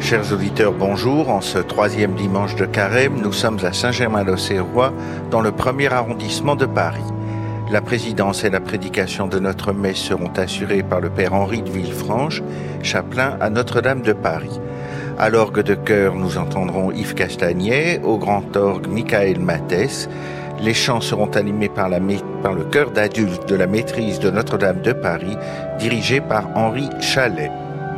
Chers auditeurs, bonjour. En ce troisième dimanche de Carême, nous sommes à Saint-Germain-l'Auxerrois, dans le premier arrondissement de Paris. La présidence et la prédication de notre messe seront assurées par le Père Henri de Villefranche, chapelain à Notre-Dame de Paris. À l'orgue de chœur, nous entendrons Yves Castagnet, au grand orgue Michael Mathès. Les chants seront animés par le chœur d'adultes de la maîtrise de Notre-Dame de Paris, dirigé par Henri Chalet.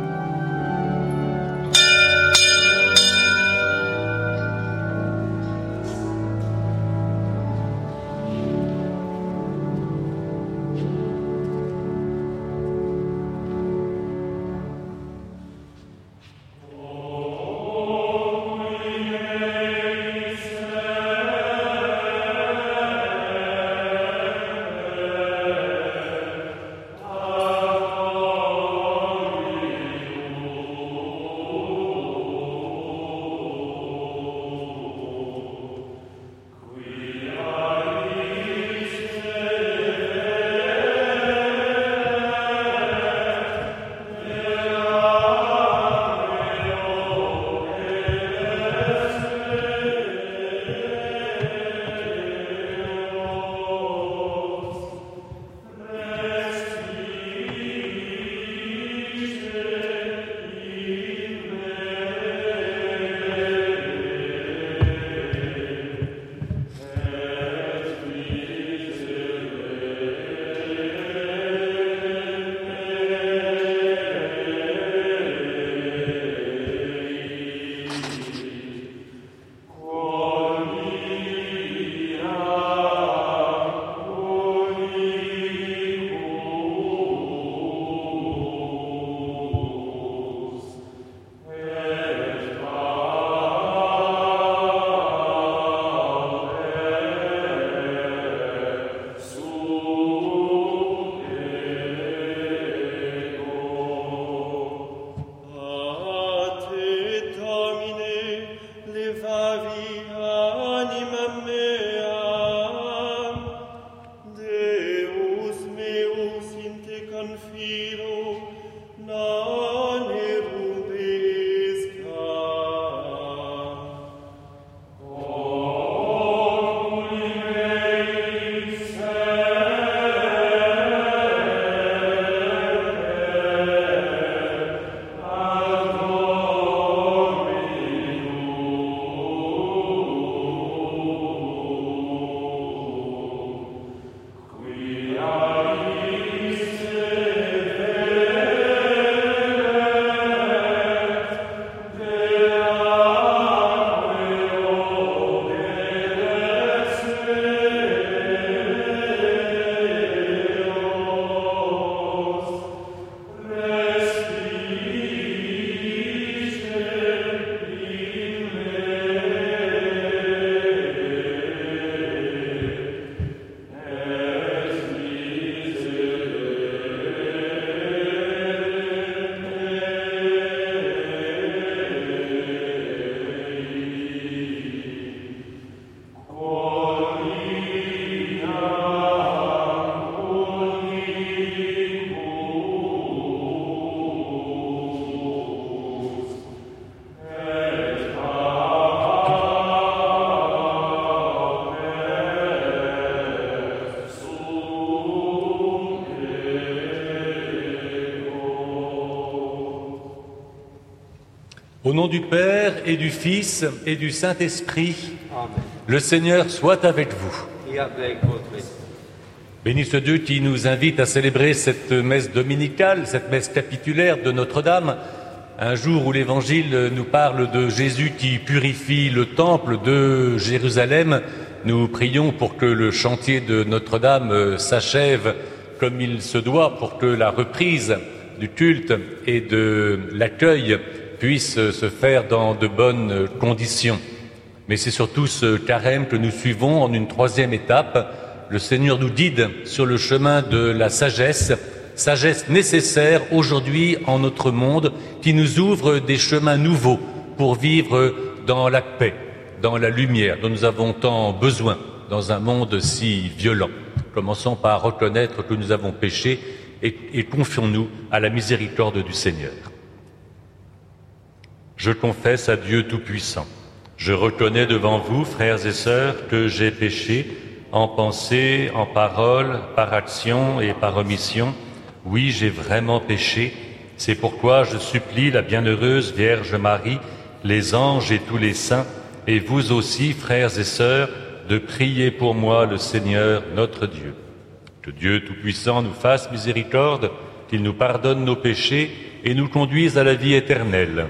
Au nom du Père et du Fils et du Saint-Esprit, Amen. Le Seigneur soit avec vous. Et avec votre esprit. Béni ce Dieu qui nous invite à célébrer cette messe dominicale, cette messe capitulaire de Notre-Dame, un jour où l'Évangile nous parle de Jésus qui purifie le temple de Jérusalem. Nous prions pour que le chantier de Notre-Dame s'achève comme il se doit, pour que la reprise du culte et de l'accueil puisse se faire dans de bonnes conditions. Mais c'est surtout ce carême que nous suivons en une troisième étape. Le Seigneur nous guide sur le chemin de la sagesse nécessaire aujourd'hui en notre monde, qui nous ouvre des chemins nouveaux pour vivre dans la paix, dans la lumière dont nous avons tant besoin dans un monde si violent. Commençons par reconnaître que nous avons péché et confions-nous à la miséricorde du Seigneur. Je confesse à Dieu Tout-Puissant. Je reconnais devant vous, frères et sœurs, que j'ai péché en pensée, en parole, par action et par omission. Oui, j'ai vraiment péché. C'est pourquoi je supplie la bienheureuse Vierge Marie, les anges et tous les saints, et vous aussi, frères et sœurs, de prier pour moi le Seigneur notre Dieu. Que Dieu Tout-Puissant nous fasse miséricorde, qu'il nous pardonne nos péchés et nous conduise à la vie éternelle.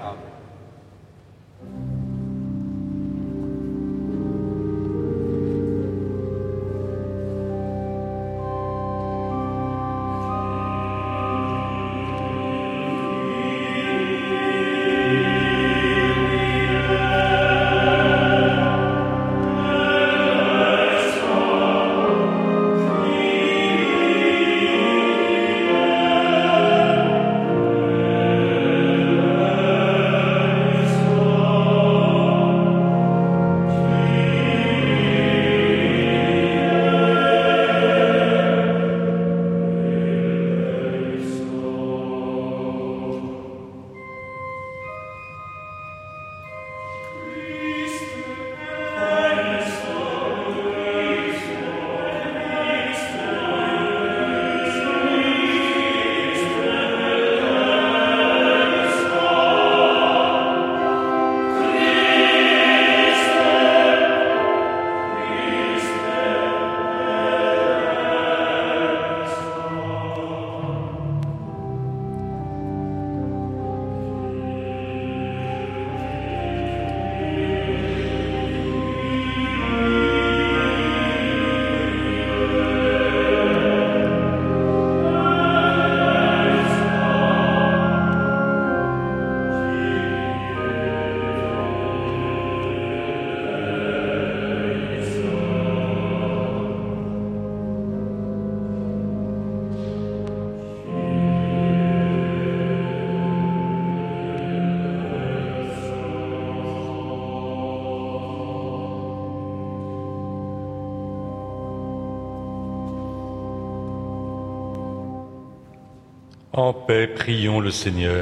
En paix, prions le Seigneur.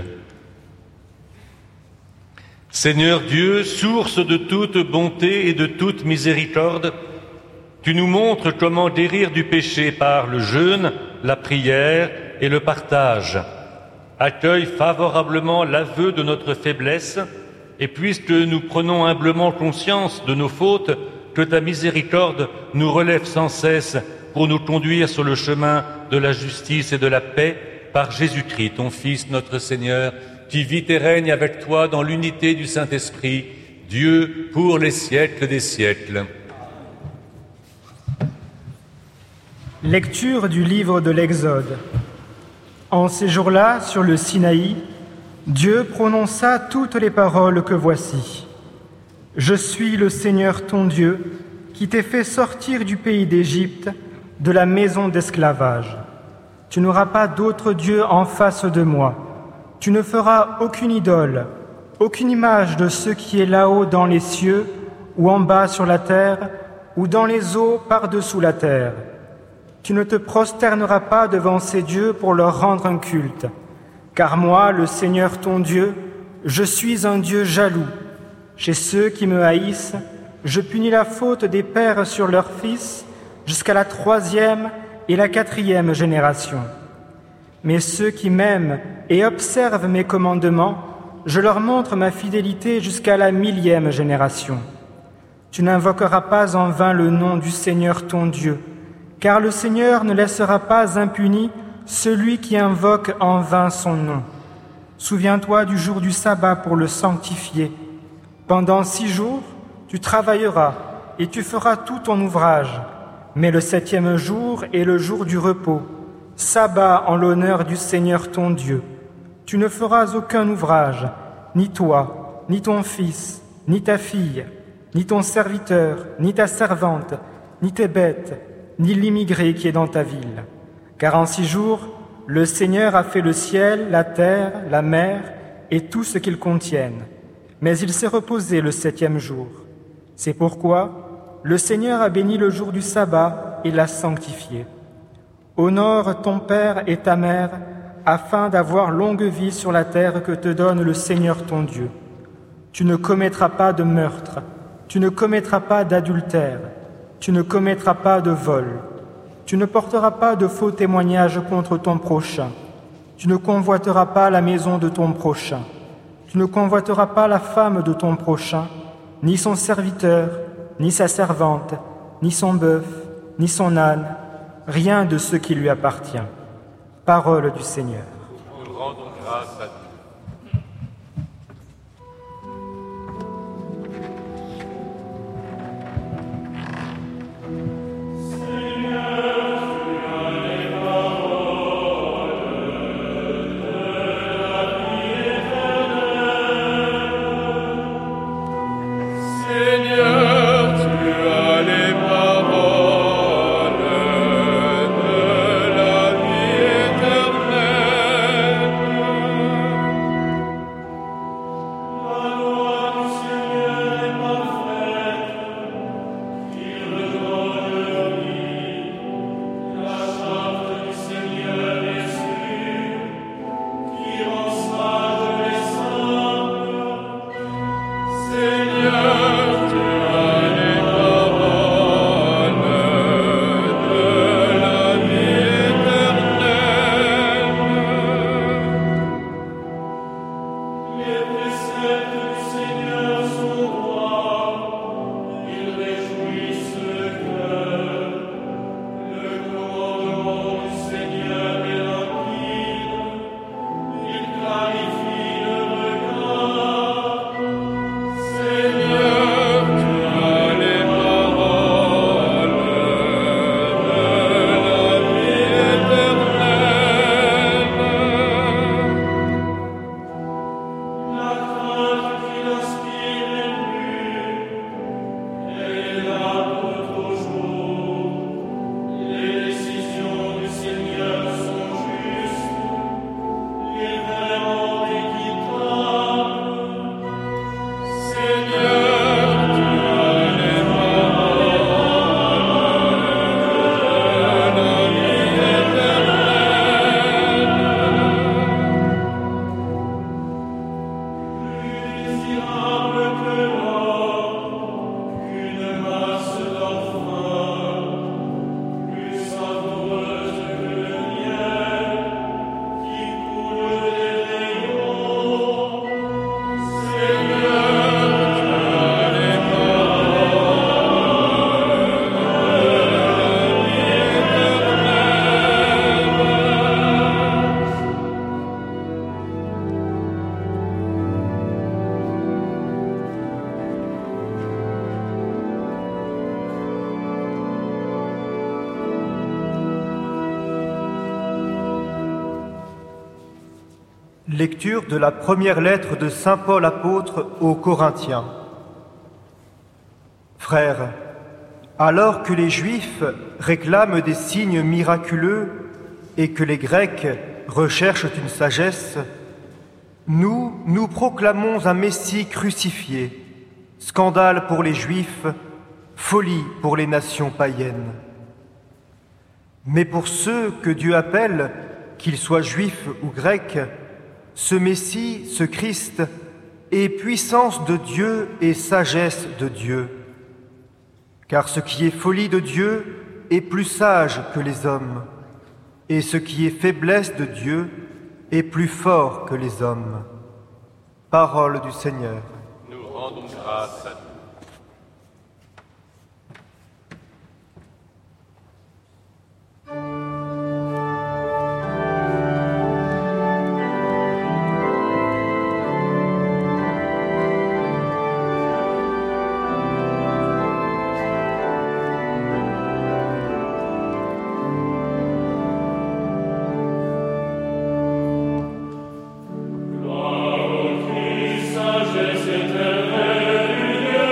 Seigneur Dieu, source de toute bonté et de toute miséricorde, tu nous montres comment guérir du péché par le jeûne, la prière et le partage. Accueille favorablement l'aveu de notre faiblesse et puisque nous prenons humblement conscience de nos fautes, que ta miséricorde nous relève sans cesse pour nous conduire sur le chemin de la justice et de la paix par Jésus-Christ, ton Fils, notre Seigneur, qui vit et règne avec toi dans l'unité du Saint-Esprit, Dieu pour les siècles des siècles. Lecture du livre de l'Exode. En ces jours-là, sur le Sinaï, Dieu prononça toutes les paroles que voici. « Je suis le Seigneur ton Dieu, qui t'ai fait sortir du pays d'Égypte, de la maison d'esclavage. Tu n'auras pas d'autre Dieu en face de moi. Tu ne feras aucune idole, aucune image de ce qui est là-haut dans les cieux, ou en bas sur la terre, ou dans les eaux par-dessous la terre. Tu ne te prosterneras pas devant ces dieux pour leur rendre un culte. Car moi, le Seigneur ton Dieu, je suis un Dieu jaloux. Chez ceux qui me haïssent, je punis la faute des pères sur leurs fils jusqu'à la 3e et la 4e génération. Mais ceux qui m'aiment et observent mes commandements, je leur montre ma fidélité jusqu'à la 1000e génération. Tu n'invoqueras pas en vain le nom du Seigneur ton Dieu, car le Seigneur ne laissera pas impuni celui qui invoque en vain son nom. Souviens-toi du jour du sabbat pour le sanctifier. Pendant 6 jours, tu travailleras et tu feras tout ton ouvrage. Mais le 7e jour est le jour du repos, sabbat en l'honneur du Seigneur ton Dieu. Tu ne feras aucun ouvrage, ni toi, ni ton fils, ni ta fille, ni ton serviteur, ni ta servante, ni tes bêtes, ni l'immigré qui est dans ta ville. Car en 6 jours, le Seigneur a fait le ciel, la terre, la mer et tout ce qu'ils contiennent. Mais il s'est reposé le 7e jour. C'est pourquoi le Seigneur a béni le jour du sabbat et l'a sanctifié. Honore ton père et ta mère, afin d'avoir longue vie sur la terre que te donne le Seigneur ton Dieu. Tu ne commettras pas de meurtre, tu ne commettras pas d'adultère, tu ne commettras pas de vol, tu ne porteras pas de faux témoignages contre ton prochain, tu ne convoiteras pas la maison de ton prochain, tu ne convoiteras pas la femme de ton prochain, ni son serviteur, ni sa servante, ni son bœuf, ni son âne, rien de ce qui lui appartient. Parole du Seigneur. Nous rendons grâce à Dieu. Lecture de la première lettre de saint Paul apôtre aux Corinthiens. Frères, alors que les Juifs réclament des signes miraculeux et que les Grecs recherchent une sagesse, nous proclamons un Messie crucifié, scandale pour les Juifs, folie pour les nations païennes. Mais pour ceux que Dieu appelle, qu'ils soient juifs ou grecs, ce Messie, ce Christ, est puissance de Dieu et sagesse de Dieu. Car ce qui est folie de Dieu est plus sage que les hommes, et ce qui est faiblesse de Dieu est plus fort que les hommes. Parole du Seigneur. Nous rendons grâce à Dieu. Sagesse éternelle,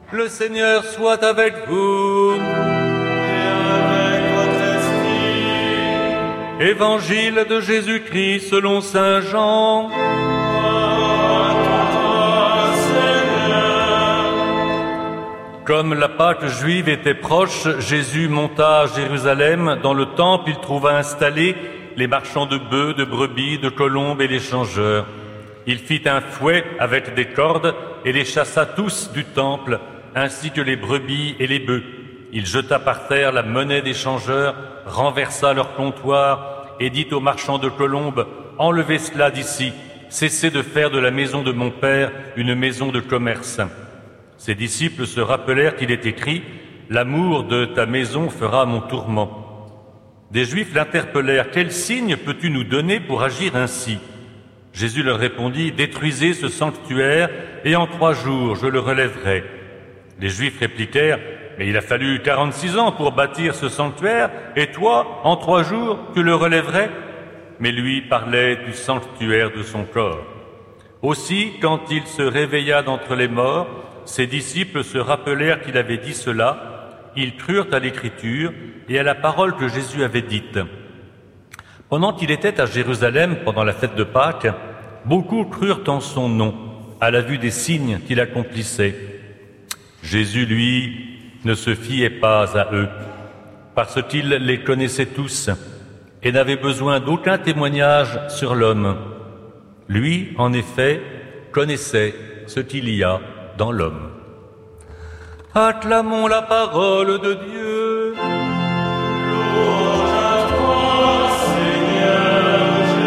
Le Seigneur soit avec vous. Et avec votre esprit. Évangile de Jésus-Christ selon saint Jean. Gloire à toi, Seigneur. Comme la Pâque juive était proche, Jésus monta à Jérusalem. Dans le temple, il trouva installés les marchands de bœufs, de brebis, de colombes et les changeurs. Il fit un fouet avec des cordes et les chassa tous du temple, ainsi que les brebis et les bœufs. Il jeta par terre la monnaie des changeurs, renversa leur comptoir et dit aux marchands de colombes, « Enlevez cela d'ici, cessez de faire de la maison de mon Père une maison de commerce. » Ses disciples se rappelèrent qu'il est écrit, « L'amour de ta maison fera mon tourment. » Des Juifs l'interpellèrent, « Quel signe peux-tu nous donner pour agir ainsi ?» Jésus leur répondit, « Détruisez ce sanctuaire, et en 3 jours je le relèverai. » Les Juifs répliquèrent, « Mais il a fallu 46 ans pour bâtir ce sanctuaire, et toi, en 3 jours, tu le relèverais ?» Mais lui parlait du sanctuaire de son corps. Aussi, quand il se réveilla d'entre les morts, ses disciples se rappelèrent qu'il avait dit cela. Ils crurent à l'Écriture et à la parole que Jésus avait dite. Pendant qu'il était à Jérusalem, pendant la fête de Pâques, beaucoup crurent en son nom, à la vue des signes qu'il accomplissait. Jésus, lui, ne se fiait pas à eux, parce qu'il les connaissait tous et n'avait besoin d'aucun témoignage sur l'homme. Lui, en effet, connaissait ce qu'il y a dans l'homme. Acclamons la parole de Dieu. Louange à toi, Seigneur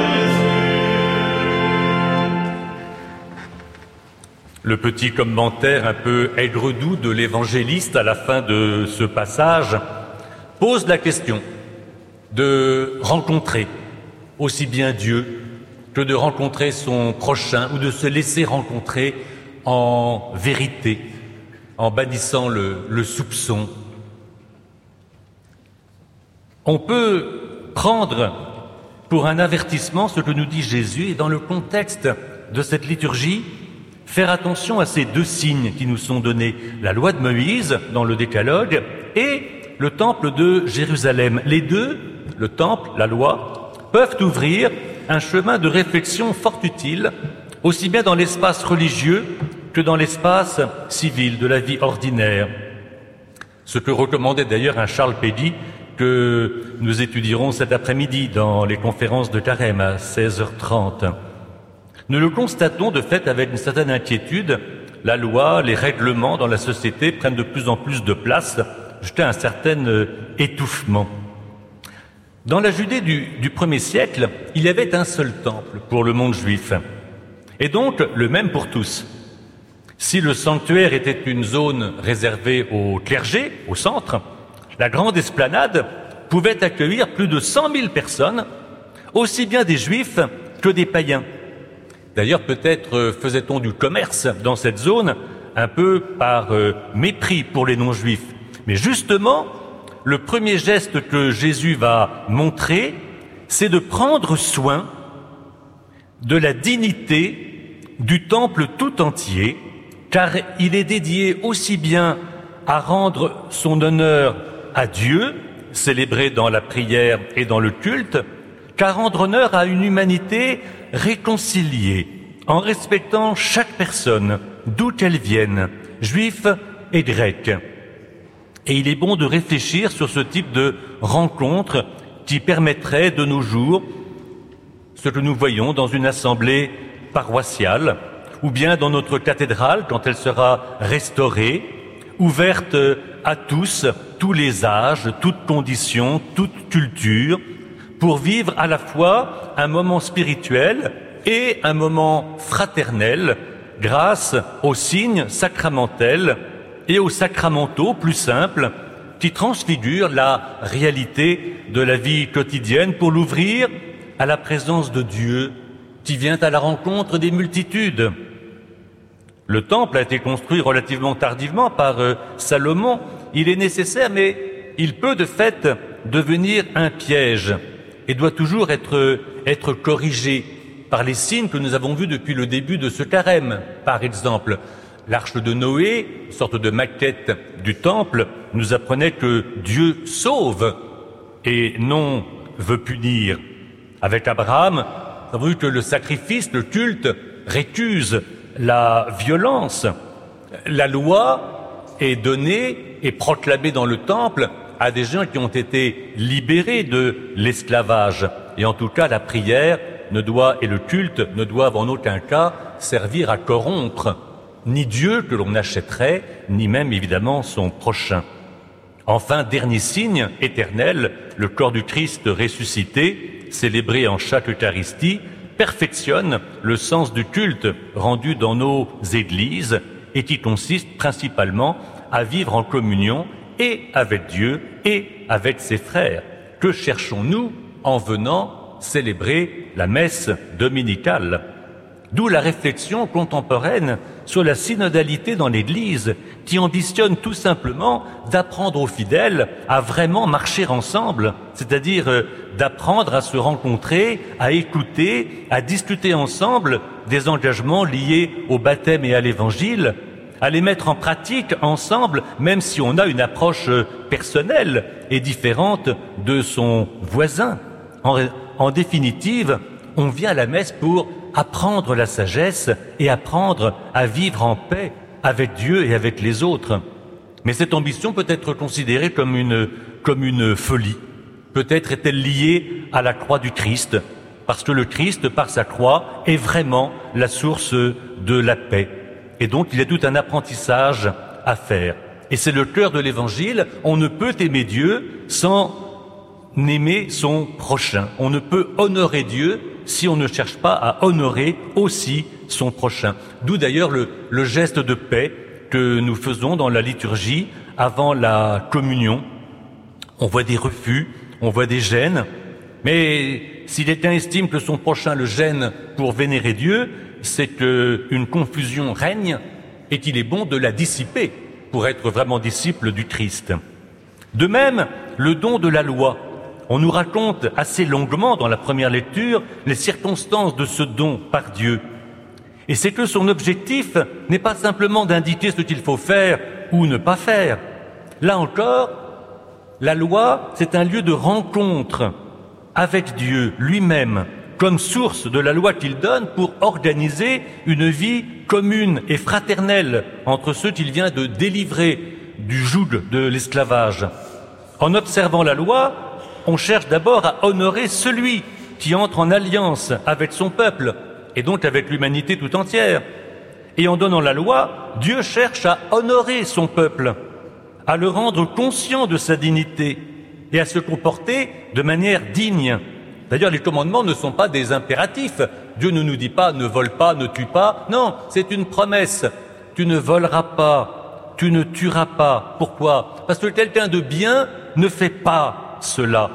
Jésus. Le petit commentaire un peu aigre-doux de l'évangéliste à la fin de ce passage pose la question de rencontrer aussi bien Dieu que de rencontrer son prochain ou de se laisser rencontrer en vérité, en bannissant le soupçon. On peut prendre pour un avertissement ce que nous dit Jésus et dans le contexte de cette liturgie, faire attention à ces 2 signes qui nous sont donnés, la loi de Moïse dans le Décalogue et le temple de Jérusalem. Les deux, le temple, la loi, peuvent ouvrir un chemin de réflexion fort utile, aussi bien dans l'espace religieux que dans l'espace civil de la vie ordinaire. Ce que recommandait d'ailleurs un Charles Péguy que nous étudierons cet après-midi dans les conférences de Carême à 16h30. Nous le constatons de fait avec une certaine inquiétude. La loi, les règlements dans la société prennent de plus en plus de place, jusqu'à un certain étouffement. Dans la Judée du 1er siècle, il y avait un seul temple pour le monde juif, et donc le même pour tous. Si le sanctuaire était une zone réservée au clergé, au centre, la grande esplanade pouvait accueillir plus de 100 000 personnes, aussi bien des juifs que des païens. D'ailleurs, peut-être faisait-on du commerce dans cette zone, un peu par mépris pour les non-juifs. Mais justement, le premier geste que Jésus va montrer, c'est de prendre soin de la dignité du temple tout entier, car il est dédié aussi bien à rendre son honneur à Dieu, célébré dans la prière et dans le culte, qu'à rendre honneur à une humanité réconciliée, en respectant chaque personne, d'où qu'elle vienne, juif et grec. Et il est bon de réfléchir sur ce type de rencontre qui permettrait de nos jours ce que nous voyons dans une assemblée paroissiale ou bien dans notre cathédrale quand elle sera restaurée, ouverte à tous, tous les âges, toutes conditions, toute culture, pour vivre à la fois un moment spirituel et un moment fraternel grâce aux signes sacramentels et aux sacramentaux plus simples qui transfigurent la réalité de la vie quotidienne pour l'ouvrir à la présence de Dieu qui vient à la rencontre des multitudes. Le temple a été construit relativement tardivement par Salomon. Il est nécessaire, mais il peut de fait devenir un piège et doit toujours être corrigé par les signes que nous avons vus depuis le début de ce carême, par exemple. L'Arche de Noé, sorte de maquette du temple, nous apprenait que Dieu sauve et non veut punir. Avec Abraham, nous avons vu que le sacrifice, le culte, récuse la violence. La loi est donnée et proclamée dans le temple à des gens qui ont été libérés de l'esclavage. Et en tout cas, la prière et le culte ne doivent en aucun cas servir à corrompre ni Dieu que l'on achèterait, ni même évidemment son prochain. Enfin, dernier signe éternel, le corps du Christ ressuscité, célébré en chaque Eucharistie, perfectionne le sens du culte rendu dans nos églises et qui consiste principalement à vivre en communion et avec Dieu et avec ses frères. Que cherchons-nous en venant célébrer la messe dominicale? D'où la réflexion contemporaine sur la synodalité dans l'Église qui ambitionne tout simplement d'apprendre aux fidèles à vraiment marcher ensemble, c'est-à-dire d'apprendre à se rencontrer, à écouter, à discuter ensemble des engagements liés au baptême et à l'Évangile, à les mettre en pratique ensemble, même si on a une approche personnelle et différente de son voisin. En définitive, on vient à la messe pour apprendre la sagesse et apprendre à vivre en paix avec Dieu et avec les autres. Mais cette ambition peut être considérée comme une folie. Peut-être est-elle liée à la croix du Christ, parce que le Christ, par sa croix, est vraiment la source de la paix. Et donc, il y a tout un apprentissage à faire. Et c'est le cœur de l'Évangile. On ne peut aimer Dieu sans aimer son prochain. On ne peut honorer Dieu si on ne cherche pas à honorer aussi son prochain. D'où d'ailleurs le geste de paix que nous faisons dans la liturgie avant la communion. On voit des refus, on voit des gênes, mais si quelqu'un estime que son prochain le gêne pour vénérer Dieu, c'est qu'une confusion règne et qu'il est bon de la dissiper pour être vraiment disciple du Christ. De même, le don de la loi. On nous raconte assez longuement dans la première lecture les circonstances de ce don par Dieu. Et c'est que son objectif n'est pas simplement d'indiquer ce qu'il faut faire ou ne pas faire. Là encore, la loi, c'est un lieu de rencontre avec Dieu lui-même, comme source de la loi qu'il donne pour organiser une vie commune et fraternelle entre ceux qu'il vient de délivrer du joug de l'esclavage. En observant la loi, on cherche d'abord à honorer celui qui entre en alliance avec son peuple et donc avec l'humanité tout entière. Et en donnant la loi, Dieu cherche à honorer son peuple, à le rendre conscient de sa dignité et à se comporter de manière digne. D'ailleurs, les commandements ne sont pas des impératifs. Dieu ne nous dit pas « ne vole pas, ne tue pas ». Non, c'est une promesse. Tu ne voleras pas, tu ne tueras pas. Pourquoi? Parce que quelqu'un de bien ne fait pas cela.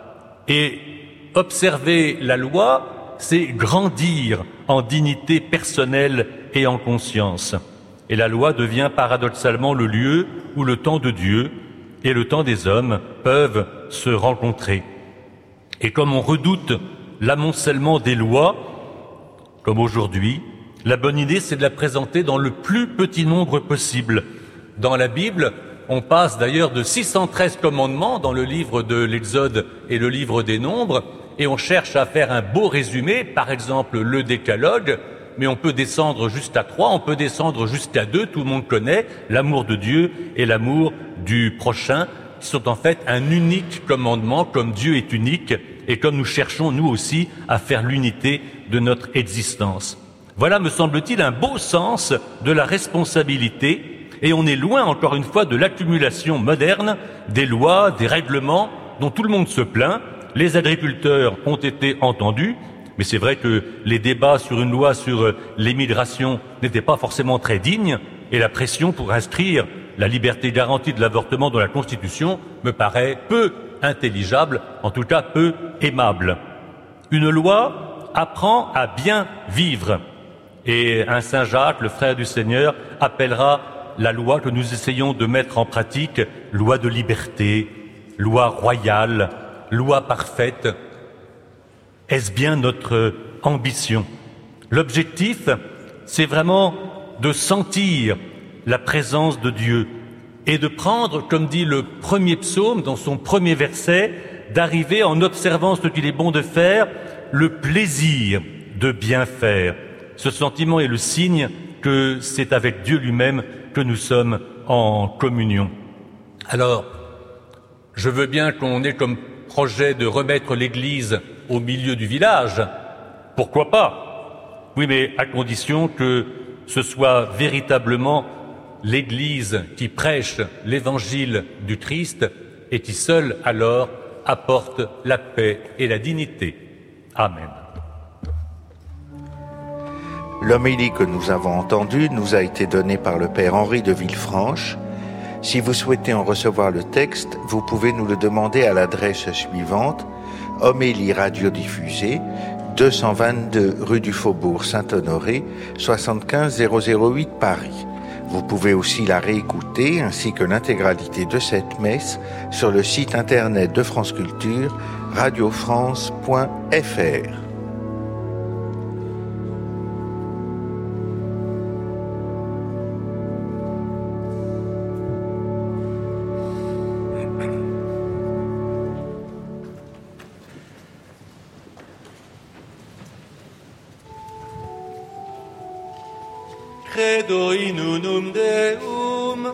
Et observer la loi, c'est grandir en dignité personnelle et en conscience. Et la loi devient paradoxalement le lieu où le temps de Dieu et le temps des hommes peuvent se rencontrer. Et comme on redoute l'amoncellement des lois, comme aujourd'hui, la bonne idée, c'est de la présenter dans le plus petit nombre possible. Dans la Bible, on passe d'ailleurs de 613 commandements dans le livre de l'Exode et le livre des Nombres, et on cherche à faire un beau résumé, par exemple le Décalogue, mais on peut descendre jusqu'à 3, on peut descendre jusqu'à 2, tout le monde connaît l'amour de Dieu et l'amour du prochain, qui sont en fait un unique commandement, comme Dieu est unique, et comme nous cherchons, nous aussi, à faire l'unité de notre existence. Voilà, me semble-t-il, un beau sens de la responsabilité. Et on est loin, encore une fois, de l'accumulation moderne des lois, des règlements dont tout le monde se plaint. Les agriculteurs ont été entendus, mais c'est vrai que les débats sur une loi sur l'immigration n'étaient pas forcément très dignes, et la pression pour inscrire la liberté garantie de l'avortement dans la Constitution me paraît peu intelligible, en tout cas peu aimable. Une loi apprend à bien vivre, et un Saint Jacques, le frère du Seigneur, appellera la loi que nous essayons de mettre en pratique, loi de liberté, loi royale, loi parfaite. Est-ce bien notre ambition? L'objectif, c'est vraiment de sentir la présence de Dieu et de prendre, comme dit le premier psaume dans son premier verset, d'arriver en observant ce qu'il est bon de faire, le plaisir de bien faire. Ce sentiment est le signe que c'est avec Dieu lui-même que nous sommes en communion. Alors, je veux bien qu'on ait comme projet de remettre l'église au milieu du village. Pourquoi pas? Oui, mais à condition que ce soit véritablement l'église qui prêche l'évangile du Christ et qui seule alors apporte la paix et la dignité. Amen. L'homélie que nous avons entendue nous a été donnée par le Père Henri de Villefranche. Si vous souhaitez en recevoir le texte, vous pouvez nous le demander à l'adresse suivante: Homélie radiodiffusée, 222 rue du Faubourg Saint-Honoré, 75 008 Paris. Vous pouvez aussi la réécouter, ainsi que l'intégralité de cette messe, sur le site internet de France Culture, radiofrance.fr. Credo in unum Deum,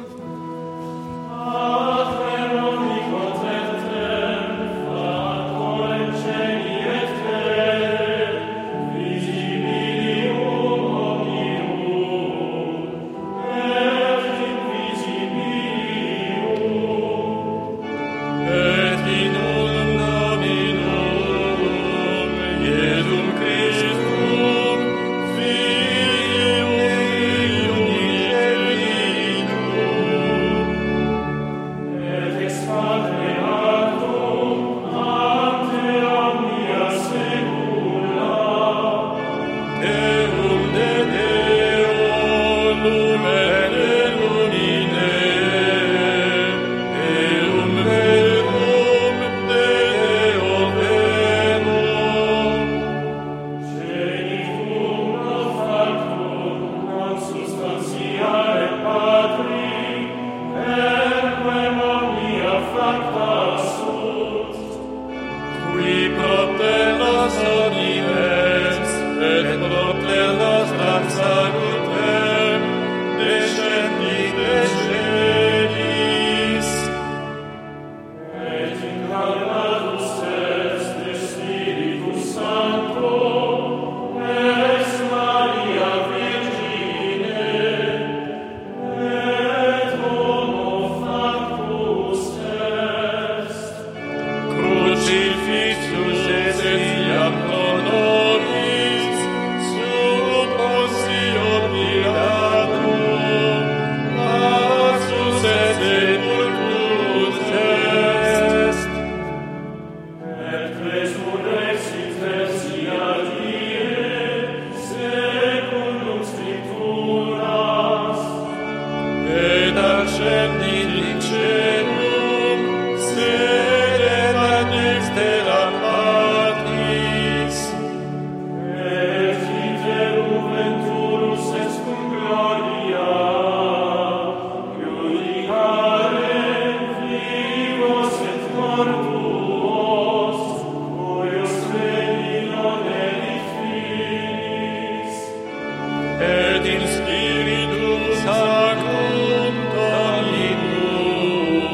et in Spiritus Sanctum Dominum.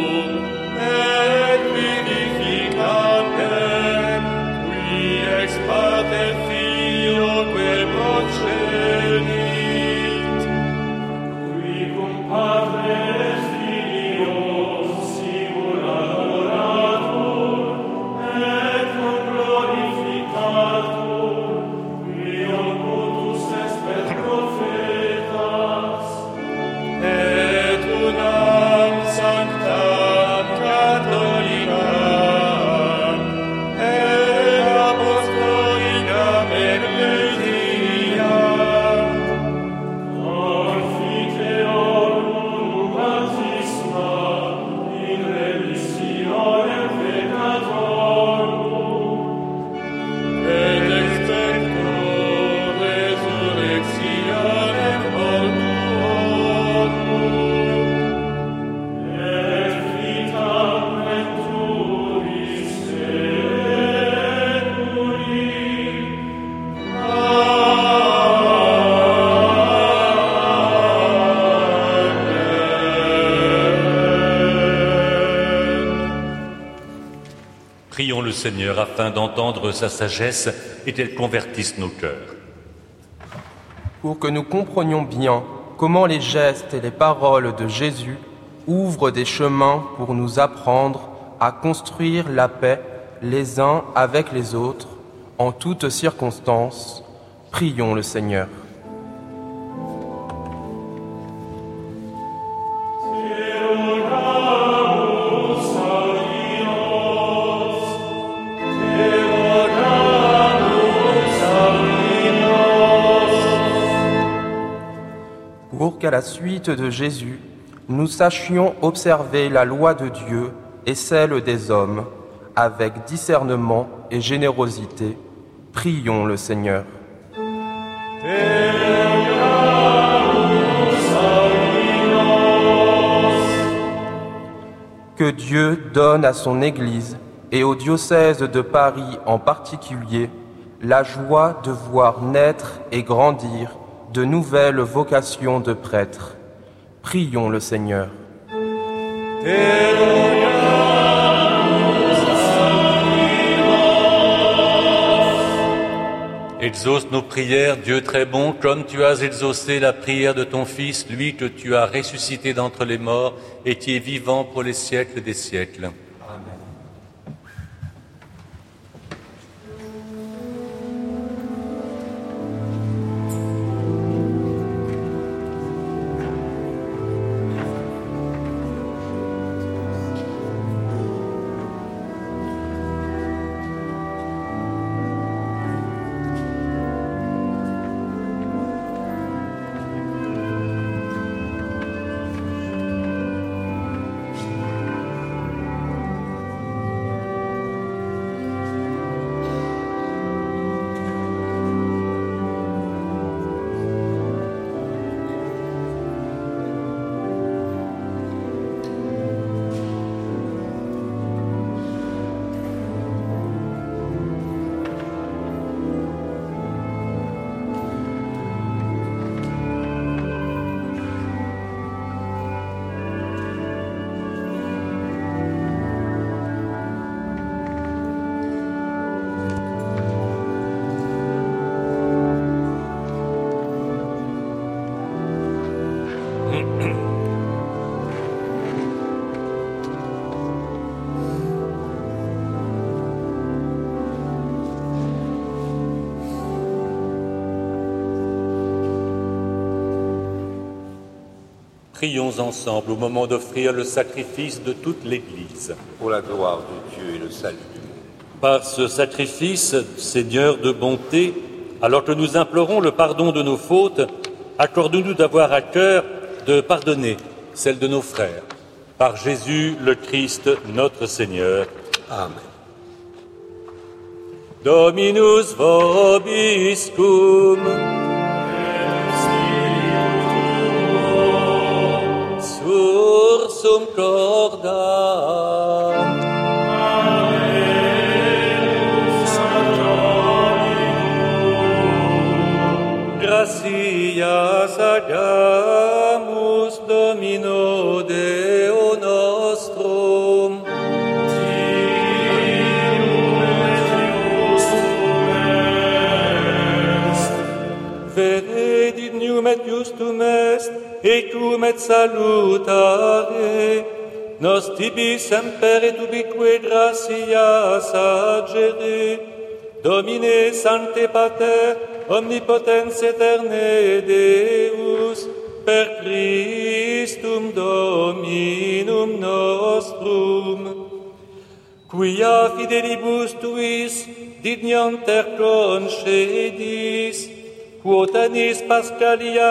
Prions le Seigneur afin d'entendre sa sagesse et qu'elle convertisse nos cœurs. Pour que nous comprenions bien comment les gestes et les paroles de Jésus ouvrent des chemins pour nous apprendre à construire la paix les uns avec les autres en toutes circonstances, prions le Seigneur. Pour qu'à la suite de Jésus, nous sachions observer la loi de Dieu et celle des hommes, avec discernement et générosité, prions le Seigneur. Que Dieu donne à son Église et au diocèse de Paris en particulier la joie de voir naître et grandir de nouvelles vocations de prêtres. Prions le Seigneur. Exauce nos prières, Dieu très bon, comme tu as exaucé la prière de ton Fils, lui que tu as ressuscité d'entre les morts et qui est vivant pour les siècles des siècles. Prions ensemble au moment d'offrir le sacrifice de toute l'Église. Pour la gloire de Dieu et le salut du monde. Par ce sacrifice, Seigneur de bonté, alors que nous implorons le pardon de nos fautes, accorde-nous d'avoir à cœur de pardonner celles de nos frères. Par Jésus le Christ, notre Seigneur. Amen. Dominus vobiscum. Sursum cordam. Gratias agamus Domino Deo nostrum. Vere dignum et justum est, ecum et salutare, nos tibi semper et ubique gratias agere, Domine Sancte Pater, omnipotens aeterne Deus, per Christum Dominum nostrum, quia fidelibus tuis dignanter concedis, quotanis Pascalia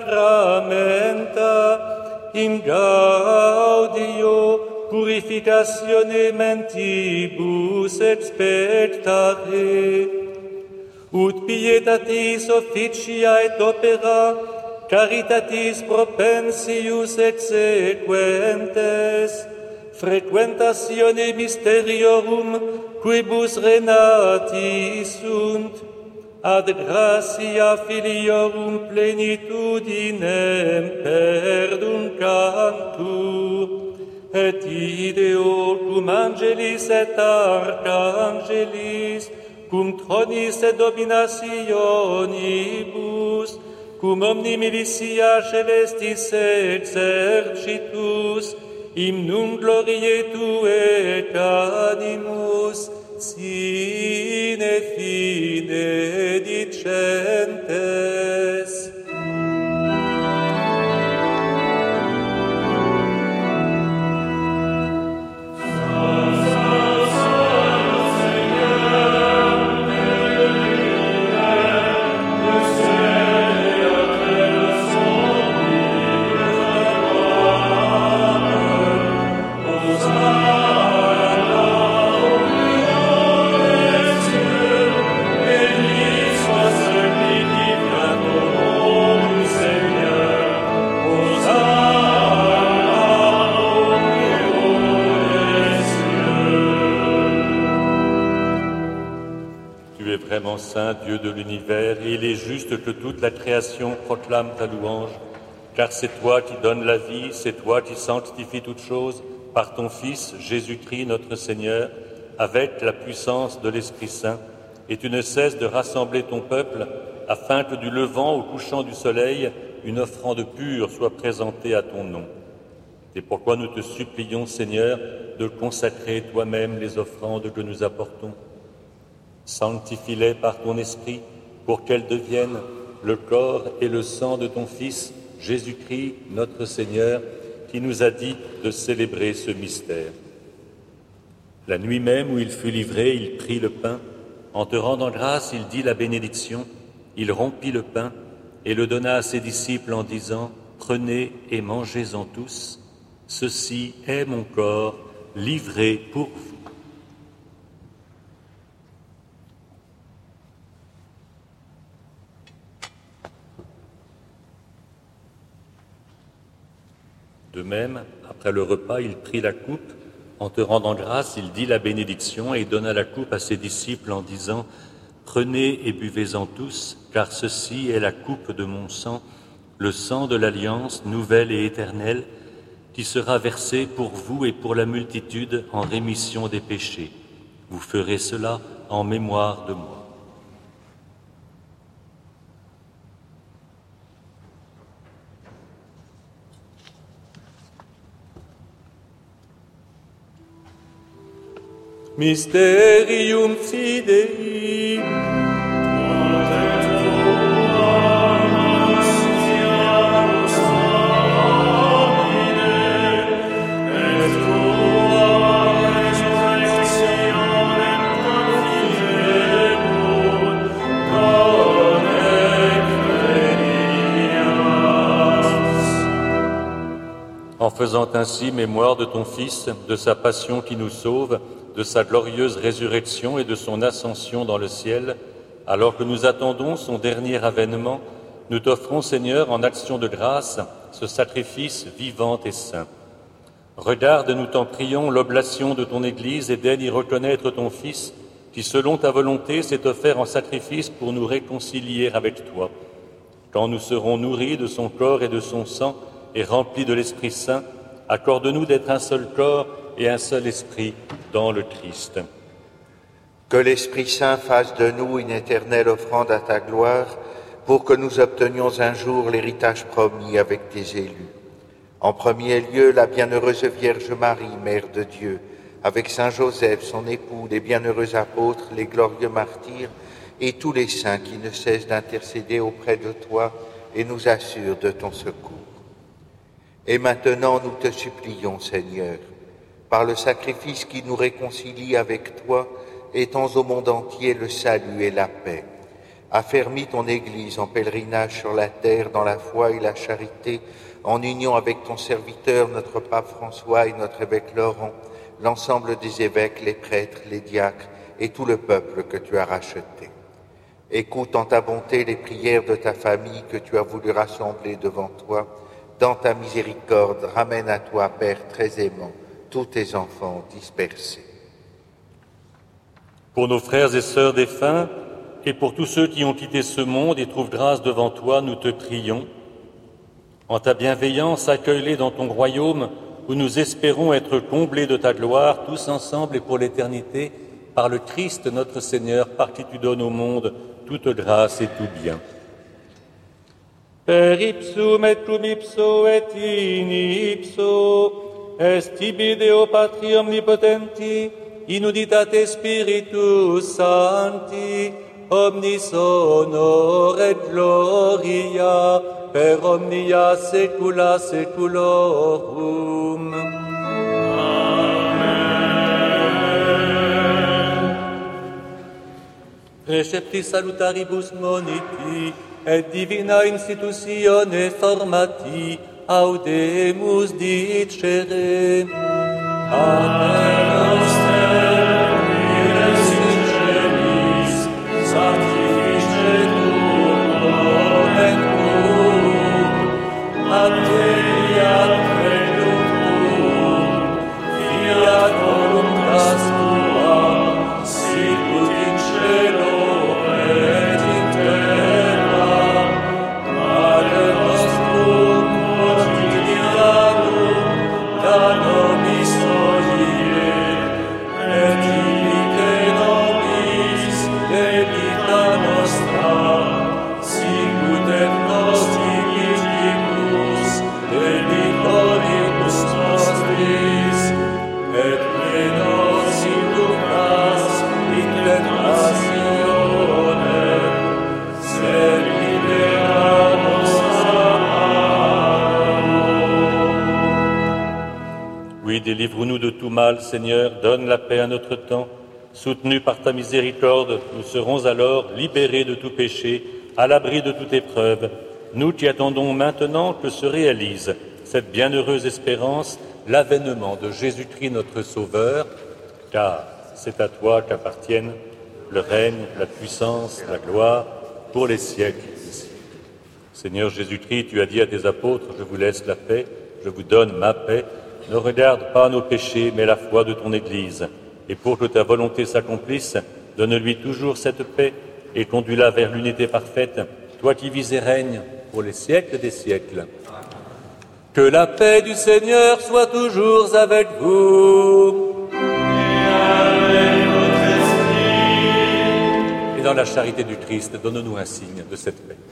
sacramenta, in gaudio purificatione mentibus expectare, ut pietatis officia et opera, caritatis propensius exequentes, frequentatione mysteriorum quibus renati sunt, ad gratia filiorum plenitudinem perducantur, et ideo cum angelis et archangelis, cum tronis et dominationibus, cum omni militia celestis exercitus, hymnum gloriae Tuae canimus, sine fine dicentes. Saint Dieu de l'univers, et il est juste que toute la création proclame ta louange, car c'est toi qui donnes la vie, c'est toi qui sanctifies toutes choses par ton Fils Jésus-Christ notre Seigneur, avec la puissance de l'Esprit Saint, et tu ne cesses de rassembler ton peuple, afin que du levant au couchant du soleil, une offrande pure soit présentée à ton nom. C'est pourquoi nous te supplions, Seigneur, de consacrer toi-même les offrandes que nous apportons. Sanctifie-les par ton Esprit, pour qu'elles deviennent le corps et le sang de ton Fils, Jésus-Christ, notre Seigneur, qui nous a dit de célébrer ce mystère. La nuit même où il fut livré, il prit le pain. En te rendant grâce, il dit la bénédiction. Il rompit le pain et le donna à ses disciples en disant « Prenez et mangez-en tous. Ceci est mon corps livré pour vous. » De même, après le repas, il prit la coupe. En te rendant grâce, il dit la bénédiction et donna la coupe à ses disciples en disant « Prenez et buvez-en tous, car ceci est la coupe de mon sang, le sang de l'alliance nouvelle et éternelle, qui sera versé pour vous et pour la multitude en rémission des péchés. Vous ferez cela en mémoire de moi. » Mysterium Fidei. En faisant ainsi mémoire de ton Fils, de sa passion qui nous sauve, de sa glorieuse résurrection et de son ascension dans le ciel, alors que nous attendons son dernier avènement, nous t'offrons, Seigneur, en action de grâce, ce sacrifice vivant et saint. Regarde, nous t'en prions, l'oblation de ton Église et daigne y reconnaître ton Fils, qui, selon ta volonté, s'est offert en sacrifice pour nous réconcilier avec toi. Quand nous serons nourris de son corps et de son sang et remplis de l'Esprit Saint, accorde-nous d'être un seul corps et un seul esprit dans le Christ. Que l'Esprit Saint fasse de nous une éternelle offrande à ta gloire, pour que nous obtenions un jour l'héritage promis avec tes élus. En premier lieu, la bienheureuse Vierge Marie, Mère de Dieu, avec Saint Joseph, son époux, les bienheureux apôtres, les glorieux martyrs, et tous les saints qui ne cessent d'intercéder auprès de toi et nous assurent de ton secours. Et maintenant, nous te supplions, Seigneur, par le sacrifice qui nous réconcilie avec toi, étends au monde entier le salut et la paix. Affermis ton Église en pèlerinage sur la terre dans la foi et la charité, en union avec ton serviteur, notre pape François et notre évêque Laurent, l'ensemble des évêques, les prêtres, les diacres et tout le peuple que tu as racheté. Écoute en ta bonté les prières de ta famille que tu as voulu rassembler devant toi. Dans ta miséricorde, ramène à toi, Père très aimant, tous tes enfants dispersés. Pour nos frères et sœurs défunts, et pour tous ceux qui ont quitté ce monde et trouvent grâce devant toi, nous te prions. En ta bienveillance, accueille-les dans ton royaume où nous espérons être comblés de ta gloire, tous ensemble et pour l'éternité, par le Christ notre Seigneur, par qui tu donnes au monde toute grâce et tout bien. Per ipsum et cum ipso et in ipso, est tibi Deo Patri omnipotenti, in unitate Spiritus Sancti, omnis honor et gloria, per omnia saecula saeculorum. Recepti salutaribus moniti, et divina institutione formati, audemus dicere. Amen. Délivre-nous de tout mal, Seigneur, donne la paix à notre temps. Soutenus par ta miséricorde, nous serons alors libérés de tout péché, à l'abri de toute épreuve. Nous qui attendons maintenant que se réalise cette bienheureuse espérance, l'avènement de Jésus-Christ notre Sauveur, car c'est à toi qu'appartiennent le règne, la puissance, la gloire, pour les siècles. Seigneur Jésus-Christ, tu as dit à tes apôtres, je vous laisse la paix, je vous donne ma paix. Ne regarde pas nos péchés, mais la foi de ton Église. Et pour que ta volonté s'accomplisse, donne-lui toujours cette paix et conduis-la vers l'unité parfaite, toi qui vis et règnes pour les siècles des siècles. Que la paix du Seigneur soit toujours avec vous. Et avec votre esprit. Et dans la charité du Christ, donne-nous un signe de cette paix.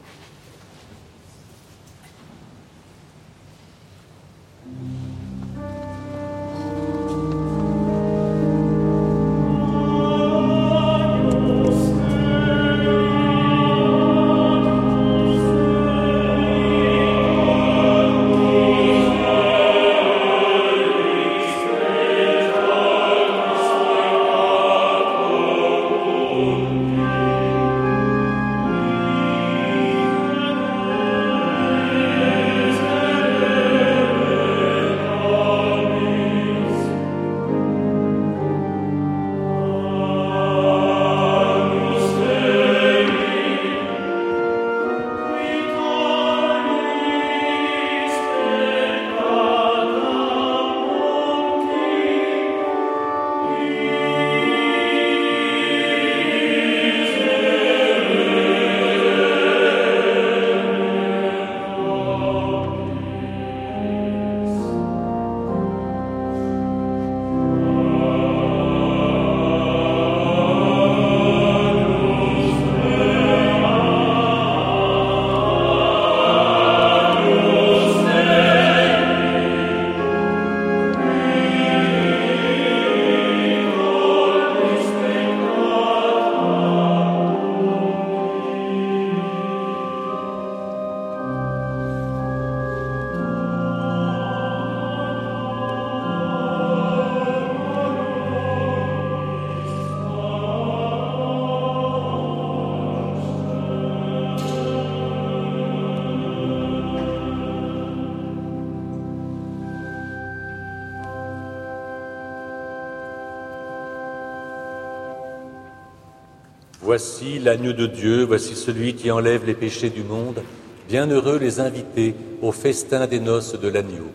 Voici l'agneau de Dieu, voici celui qui enlève les péchés du monde. Bienheureux les invités au festin des noces de l'agneau.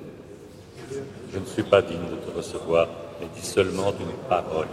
Je ne suis pas digne de te recevoir, mais dis seulement une parole.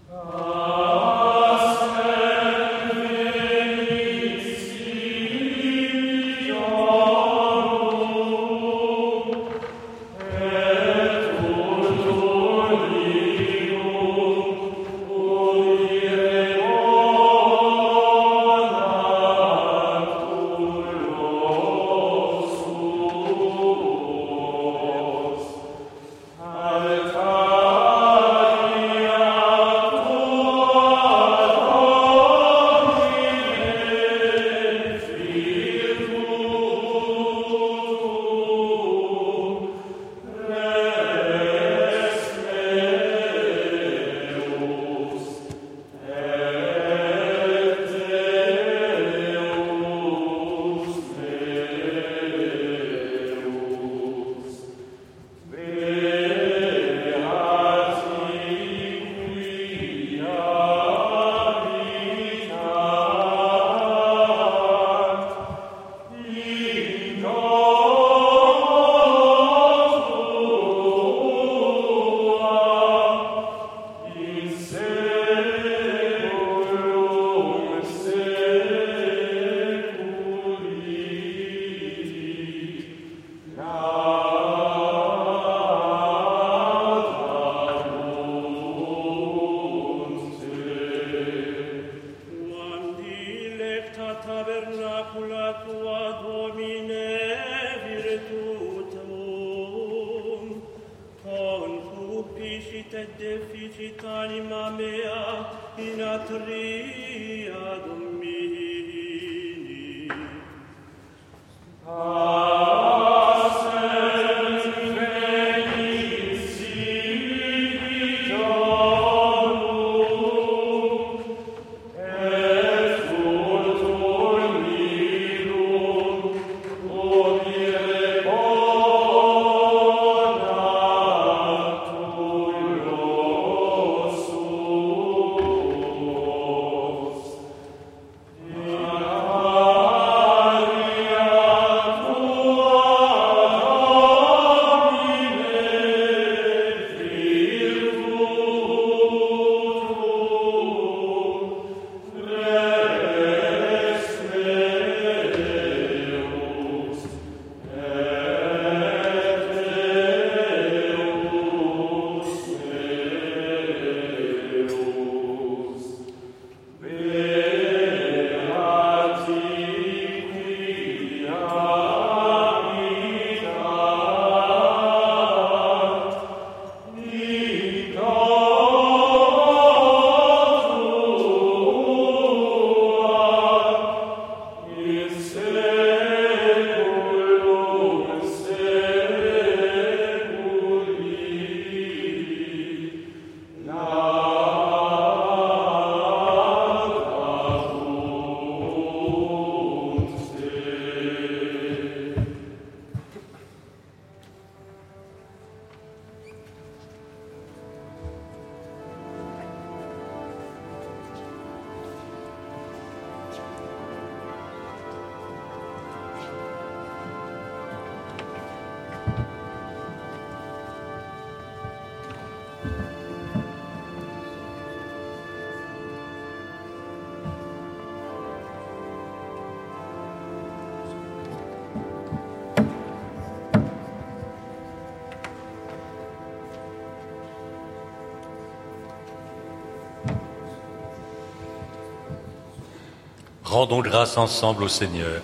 Rendons grâce ensemble au Seigneur.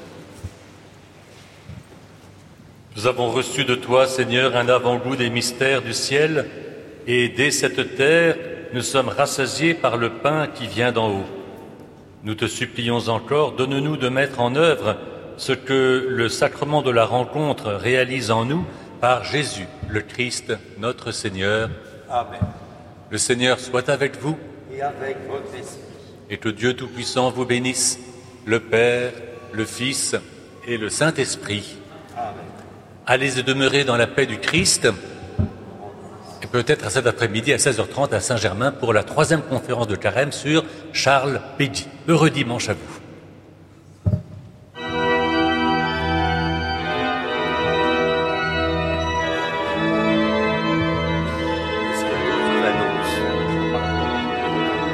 Nous avons reçu de toi, Seigneur, un avant-goût des mystères du ciel, et dès cette terre, nous sommes rassasiés par le pain qui vient d'en haut. Nous te supplions encore, donne-nous de mettre en œuvre ce que le sacrement de la rencontre réalise en nous par Jésus, le Christ, notre Seigneur. Amen. Le Seigneur soit avec vous. Et avec votre esprit. Et que Dieu Tout-Puissant vous bénisse, le Père, le Fils et le Saint-Esprit. Amen. Allez et demeurez dans la paix du Christ. Et peut-être à cet après-midi à 16h30 à Saint-Germain pour la 3e conférence de Carême sur Charles Péguy. Heureux dimanche à vous. Est-ce qu'il y a d'autres annonces?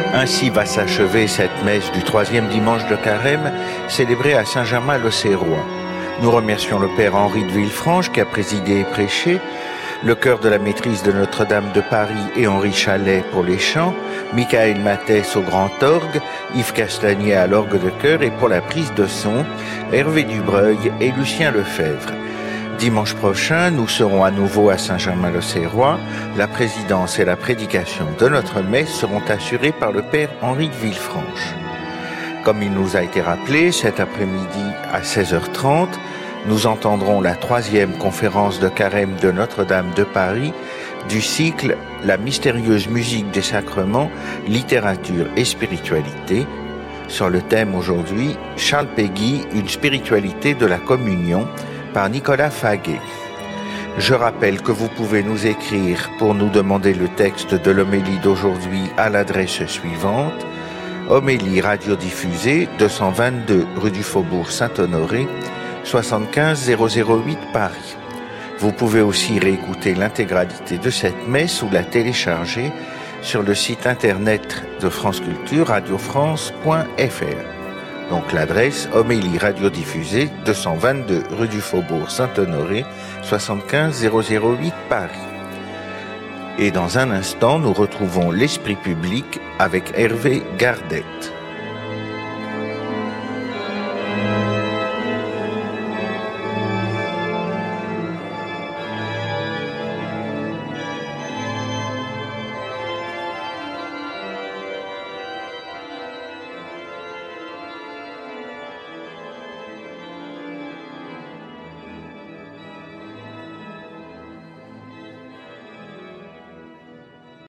Ainsi va s'achever cette messe du troisième dimanche de Carême, célébrée à Saint-Germain-l'Auxerrois. Nous remercions le Père Henri de Villefranche qui a présidé et prêché, le chœur de la maîtrise de Notre-Dame de Paris et Henri Chalet pour les chants, Michael Mathès au grand orgue, Yves Castagnier à l'orgue de chœur et pour la prise de son, Hervé Dubreuil et Lucien Lefebvre. Dimanche prochain, nous serons à nouveau à Saint-Germain-l'Auxerrois. La présidence et la prédication de notre messe seront assurées par le Père Henri de Villefranche. Comme il nous a été rappelé, cet après-midi à 16h30, nous entendrons la 3e conférence de Carême de Notre-Dame de Paris du cycle « La mystérieuse musique des sacrements, littérature et spiritualité » sur le thème aujourd'hui « Charles Péguy, une spiritualité de la communion » par Nicolas Faguet. Je rappelle que vous pouvez nous écrire pour nous demander le texte de l'homélie d'aujourd'hui à l'adresse suivante: homélie radiodiffusée 222 rue du Faubourg Saint-Honoré, 75 008 Paris. Vous pouvez aussi réécouter l'intégralité de cette messe ou la télécharger sur le site internet de France Culture, radiofrance.fr. Donc l'adresse homélie radiodiffusée 222 rue du Faubourg Saint-Honoré, 75 008 Paris. Et dans un instant, nous retrouvons l'Esprit public avec Hervé Gardette.